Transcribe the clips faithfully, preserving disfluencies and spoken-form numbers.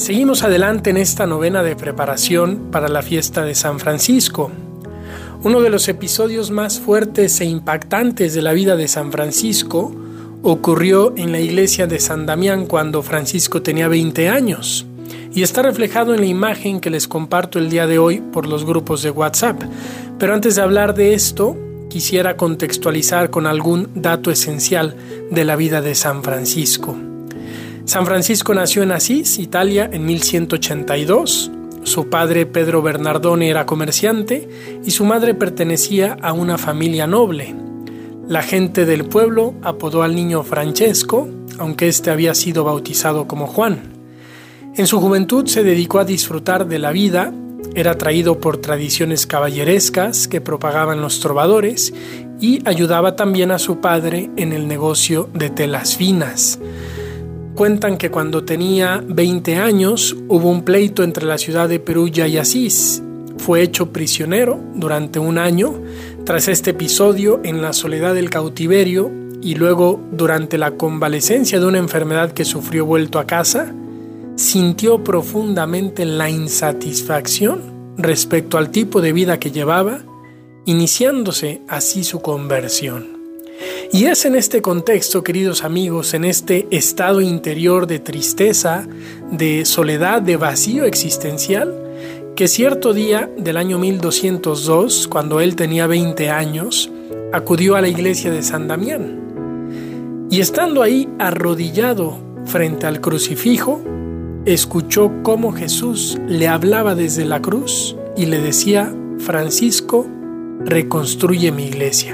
Seguimos adelante en esta novena de preparación para la fiesta de San Francisco. Uno de los episodios más fuertes e impactantes de la vida de San Francisco ocurrió en la iglesia de San Damián cuando Francisco tenía veinte años y está reflejado en la imagen que les comparto el día de hoy por los grupos de WhatsApp. Pero antes de hablar de esto, quisiera contextualizar con algún dato esencial de la vida de San Francisco. San Francisco nació en Asís, Italia, en mil ciento ochenta y dos. Su padre, Pedro Bernardone, era comerciante y su madre pertenecía a una familia noble. La gente del pueblo apodó al niño Francesco, aunque éste había sido bautizado como Juan. En su juventud se dedicó a disfrutar de la vida, era atraído por tradiciones caballerescas que propagaban los trovadores y ayudaba también a su padre en el negocio de telas finas. Cuentan que cuando tenía veinte años hubo un pleito entre la ciudad de Perugia y Asís. Fue hecho prisionero durante un año. Tras este episodio, en la soledad del cautiverio y luego durante la convalecencia de una enfermedad que sufrió vuelto a casa, sintió profundamente la insatisfacción respecto al tipo de vida que llevaba, iniciándose así su conversión. Y es en este contexto, queridos amigos, en este estado interior de tristeza, de soledad, de vacío existencial, que cierto día del año mil doscientos dos, cuando él tenía veinte años, acudió a la iglesia de San Damián. Y estando ahí arrodillado frente al crucifijo, escuchó cómo Jesús le hablaba desde la cruz y le decía: Francisco, reconstruye mi iglesia.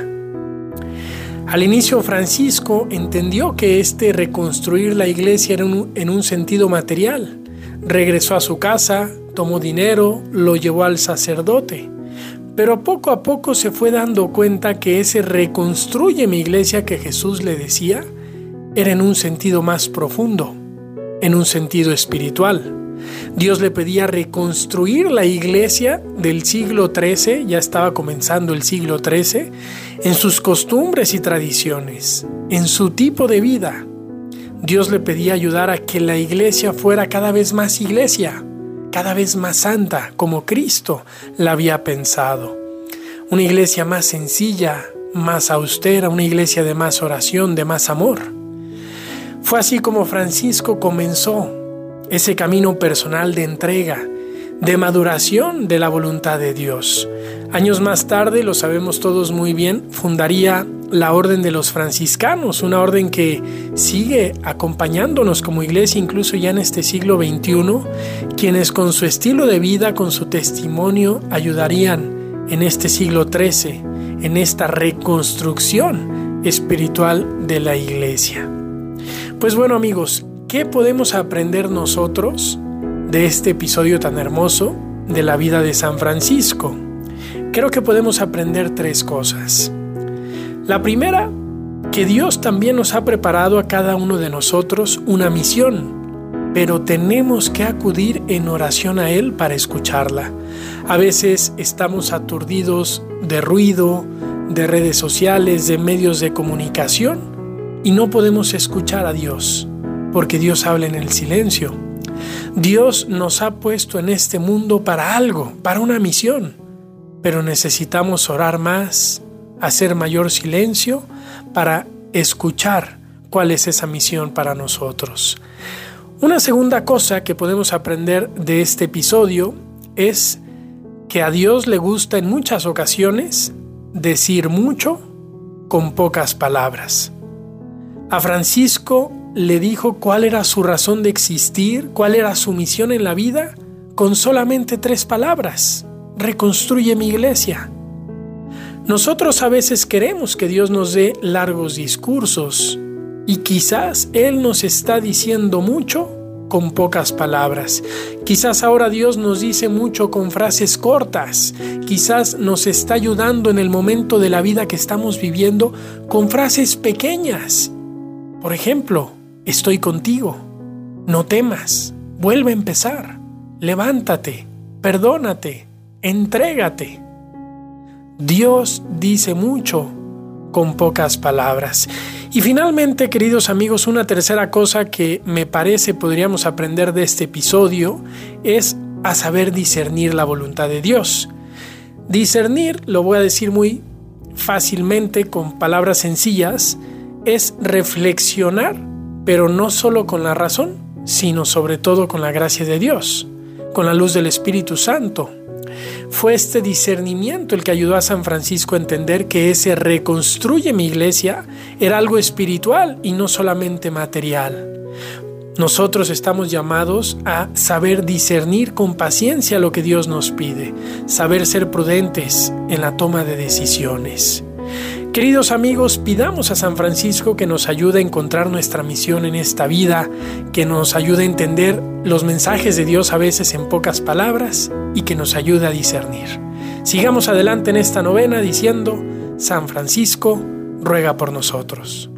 Al inicio, Francisco entendió que este reconstruir la iglesia era un, en un sentido material. Regresó a su casa, tomó dinero, lo llevó al sacerdote. Pero poco a poco se fue dando cuenta que ese reconstruye mi iglesia que Jesús le decía era en un sentido más profundo, en un sentido espiritual. Dios le pedía reconstruir la iglesia del siglo trece, ya estaba comenzando el siglo trece, en sus costumbres y tradiciones, en su tipo de vida. Dios le pedía ayudar a que la iglesia fuera cada vez más iglesia, cada vez más santa, como Cristo la había pensado. Una iglesia más sencilla, más austera, una iglesia de más oración, de más amor. Fue así como Francisco comenzó ese camino personal de entrega, de maduración de la voluntad de Dios. Años más tarde, lo sabemos todos muy bien, fundaría la Orden de los Franciscanos, una orden que sigue acompañándonos como iglesia incluso ya en este siglo veintiuno, quienes con su estilo de vida, con su testimonio, ayudarían en este siglo trece, en esta reconstrucción espiritual de la iglesia. Pues bueno, amigos, ¿qué podemos aprender nosotros de este episodio tan hermoso de la vida de San Francisco? Creo que podemos aprender tres cosas. La primera, que Dios también nos ha preparado a cada uno de nosotros una misión, pero tenemos que acudir en oración a Él para escucharla. A veces estamos aturdidos de ruido, de redes sociales, de medios de comunicación y no podemos escuchar a Dios, porque Dios habla en el silencio. Dios nos ha puesto en este mundo para algo, para una misión, pero necesitamos orar más, hacer mayor silencio para escuchar cuál es esa misión para nosotros. Una segunda cosa que podemos aprender de este episodio es que a Dios le gusta en muchas ocasiones decir mucho con pocas palabras. A Francisco le dijo cuál era su razón de existir, cuál era su misión en la vida, con solamente tres palabras: reconstruye mi iglesia. Nosotros a veces queremos que Dios nos dé largos discursos y quizás Él nos está diciendo mucho con pocas palabras. Quizás ahora Dios nos dice mucho con frases cortas. Quizás nos está ayudando en el momento de la vida que estamos viviendo con frases pequeñas. Por ejemplo, estoy contigo, no temas, vuelve a empezar, levántate, perdónate, entrégate. Dios dice mucho con pocas palabras. Y finalmente, queridos amigos, una tercera cosa que me parece podríamos aprender de este episodio es a saber discernir la voluntad de Dios. Discernir, lo voy a decir muy fácilmente con palabras sencillas, es reflexionar, pero no solo con la razón, sino sobre todo con la gracia de Dios, con la luz del Espíritu Santo. Fue este discernimiento el que ayudó a San Francisco a entender que ese reconstruye mi iglesia era algo espiritual y no solamente material. Nosotros estamos llamados a saber discernir con paciencia lo que Dios nos pide, saber ser prudentes en la toma de decisiones. Queridos amigos, pidamos a San Francisco que nos ayude a encontrar nuestra misión en esta vida, que nos ayude a entender los mensajes de Dios a veces en pocas palabras y que nos ayude a discernir. Sigamos adelante en esta novena diciendo: San Francisco, ruega por nosotros.